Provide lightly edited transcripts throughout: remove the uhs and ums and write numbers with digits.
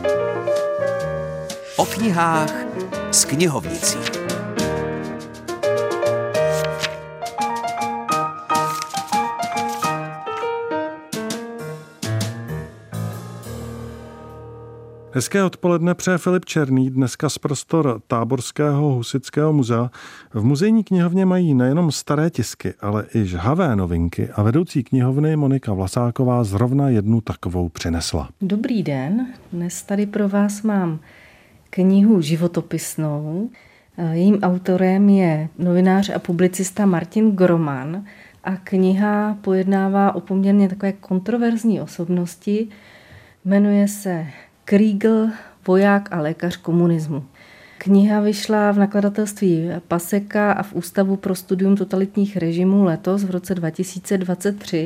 O knihách s knihovnicí. Hezké odpoledne přeje Filip Černý, dneska z prostor Táborského husitského muzea. V muzejní knihovně mají nejenom staré tisky, ale i žhavé novinky a vedoucí knihovny Monika Vlasáková zrovna jednu takovou přinesla. Dobrý den, dnes tady pro vás mám knihu životopisnou. Jejím autorem je novinář a publicista Martin Groman a kniha pojednává o poměrně takové kontroverzní osobnosti. Jmenuje se Kriegl, voják a lékař komunismu. Kniha vyšla v nakladatelství Paseka a v Ústavu pro studium totalitních režimů letos v roce 2023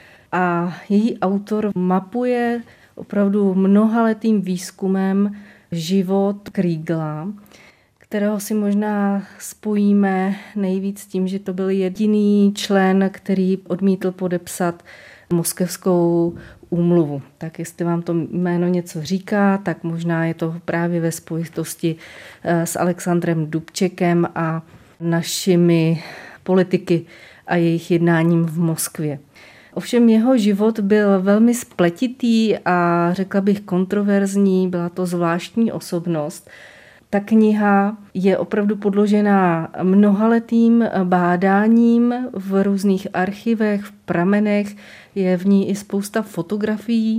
a její autor mapuje opravdu mnohaletým výzkumem život Kriegla, kterého si možná spojíme nejvíc s tím, že to byl jediný člen, který odmítl podepsat Moskevskou úmluvu. Tak jestli vám to jméno něco říká, tak možná je to právě ve spojitosti s Alexandrem Dubčekem a našimi politiky a jejich jednáním v Moskvě. Ovšem jeho život byl velmi spletitý a řekla bych kontroverzní, byla to zvláštní osobnost. Ta kniha je opravdu podložená mnohaletým bádáním v různých archivech, v pramenech, je v ní i spousta fotografií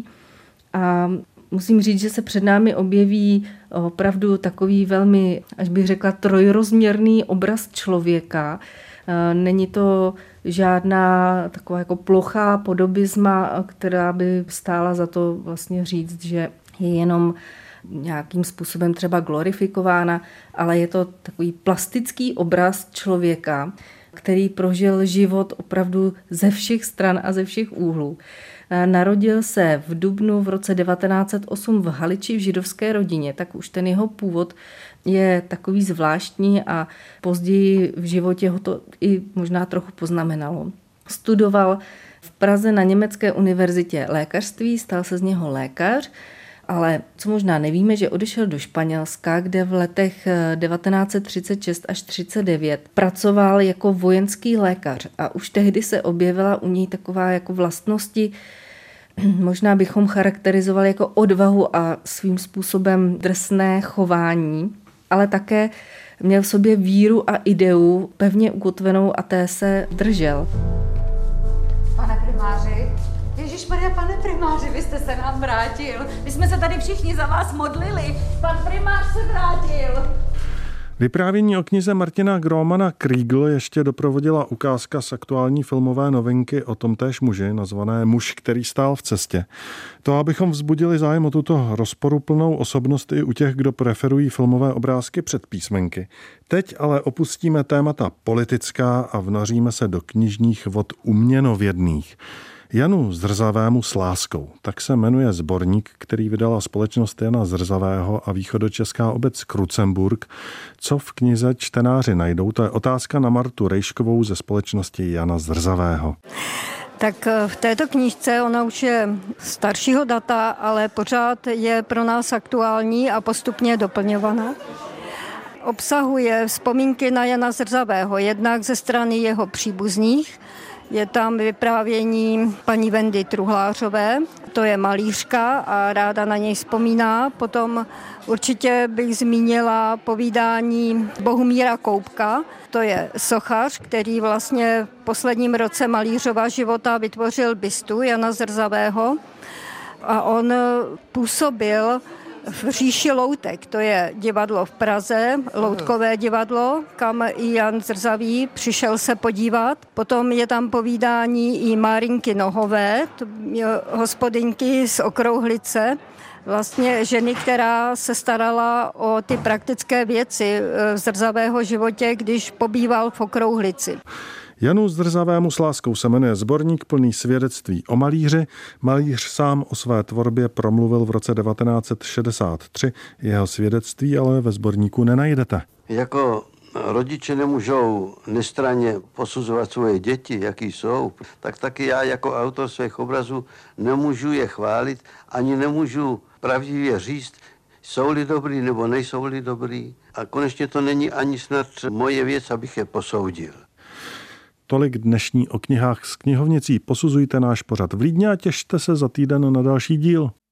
a musím říct, že se před námi objeví opravdu takový velmi, až bych řekla, trojrozměrný obraz člověka. Není to žádná taková jako plochá podobizma, která by stála za to vlastně říct, že je jenom nějakým způsobem třeba glorifikována, ale je to takový plastický obraz člověka, který prožil život opravdu ze všech stran a ze všech úhlů. Narodil se v dubnu v roce 1908 v Haliči v židovské rodině, tak už ten jeho původ je takový zvláštní a později v životě ho to i možná trochu poznamenalo. Studoval v Praze na Německé univerzitě lékařství, stal se z něho lékař, ale co možná nevíme, že odešel do Španělska, kde v letech 1936 až 1939 pracoval jako vojenský lékař a už tehdy se objevila u něj taková jako vlastnosti, možná bychom charakterizovali jako odvahu a svým způsobem drsné chování, ale také měl v sobě víru a ideu pevně ukotvenou a té se držel. Pane primáři, Ježišmarja, pane primáři, vy jste se nám vrátil. My jsme se tady všichni za vás modlili. Pan primář se vrátil. Vyprávění o knize Martina Gromana Kriegl ještě doprovodila ukázka z aktuální filmové novinky o tomtéž muži, nazvané Muž, který stál v cestě. To, abychom vzbudili zájem o tuto rozporuplnou osobnost i u těch, kdo preferují filmové obrázky před písmenky. Teď ale opustíme témata politická a vnoříme se do knižních vod uměnovědných. Janu Zrzavému s láskou. Tak se jmenuje sborník, který vydala společnost Jana Zrzavého a východočeská obec Krucemburk. Co v knize čtenáři najdou, to je otázka na Martu Rejškovou ze společnosti Jana Zrzavého. Tak v této knížce, ona už je staršího data, ale pořád je pro nás aktuální a postupně doplňovaná. Obsahuje vzpomínky na Jana Zrzavého, jednak ze strany jeho příbuzných. Je tam vyprávění paní Vendy Truhlářové, to je malířka a ráda na něj vzpomíná. Potom určitě bych zmínila povídání Bohumíra Koubka, to je sochař, který vlastně v posledním roce malířova života vytvořil bystu Jana Zrzavého a on působil v říši loutek, to je divadlo v Praze, loutkové divadlo, kam i Jan Zrzavý přišel se podívat. Potom je tam povídání i Márinky Nohové, hospodyňky z Okrouhlice, vlastně ženy, která se starala o ty praktické věci v Zrzavého životě, když pobýval v Okrouhlici. Janu Zrzavému s láskou se jmenuje sborník plný svědectví o malíři. Malíř sám o své tvorbě promluvil v roce 1963. Jeho svědectví ale ve sborníku nenajdete. Jako rodiče nemůžou nestranně posuzovat svoje děti, jaký jsou, tak taky já jako autor svých obrazů nemůžu je chválit, ani nemůžu pravdivě říct, Jsou-li dobrý nebo nejsou-li dobrý. A konečně to není ani snad moje věc, abych je posoudil. Tolik dnešní O knihách s knihovnicí. Posuzujte náš pořad v Lídni a těšte se za týden na další díl.